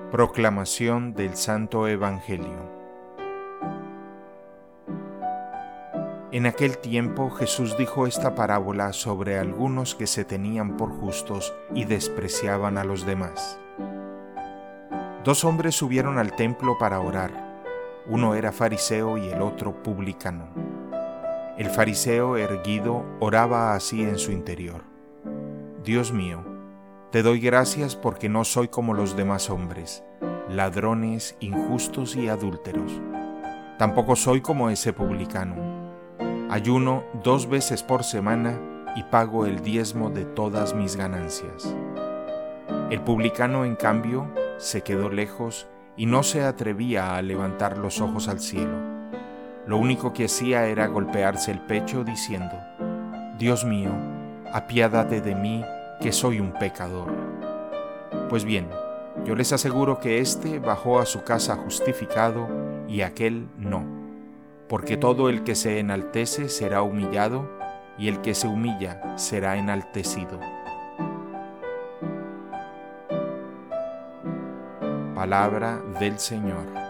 Proclamación del Santo Evangelio. En aquel tiempo Jesús dijo esta parábola sobre algunos que se tenían por justos y despreciaban a los demás. Dos hombres subieron al templo para orar. Uno era fariseo y el otro publicano. El fariseo, erguido, oraba así en su interior: Dios mío, te doy gracias porque no soy como los demás hombres, ladrones, injustos y adúlteros. Tampoco soy como ese publicano. Ayuno 2 veces por semana y pago el diezmo de todas mis ganancias. El publicano, en cambio, se quedó lejos y no se atrevía a levantar los ojos al cielo. Lo único que hacía era golpearse el pecho diciendo: Dios mío, apiádate de mí, que soy un pecador. Pues bien, yo les aseguro que éste bajó a su casa justificado y aquel no, porque todo el que se enaltece será humillado, y el que se humilla será enaltecido. Palabra del Señor.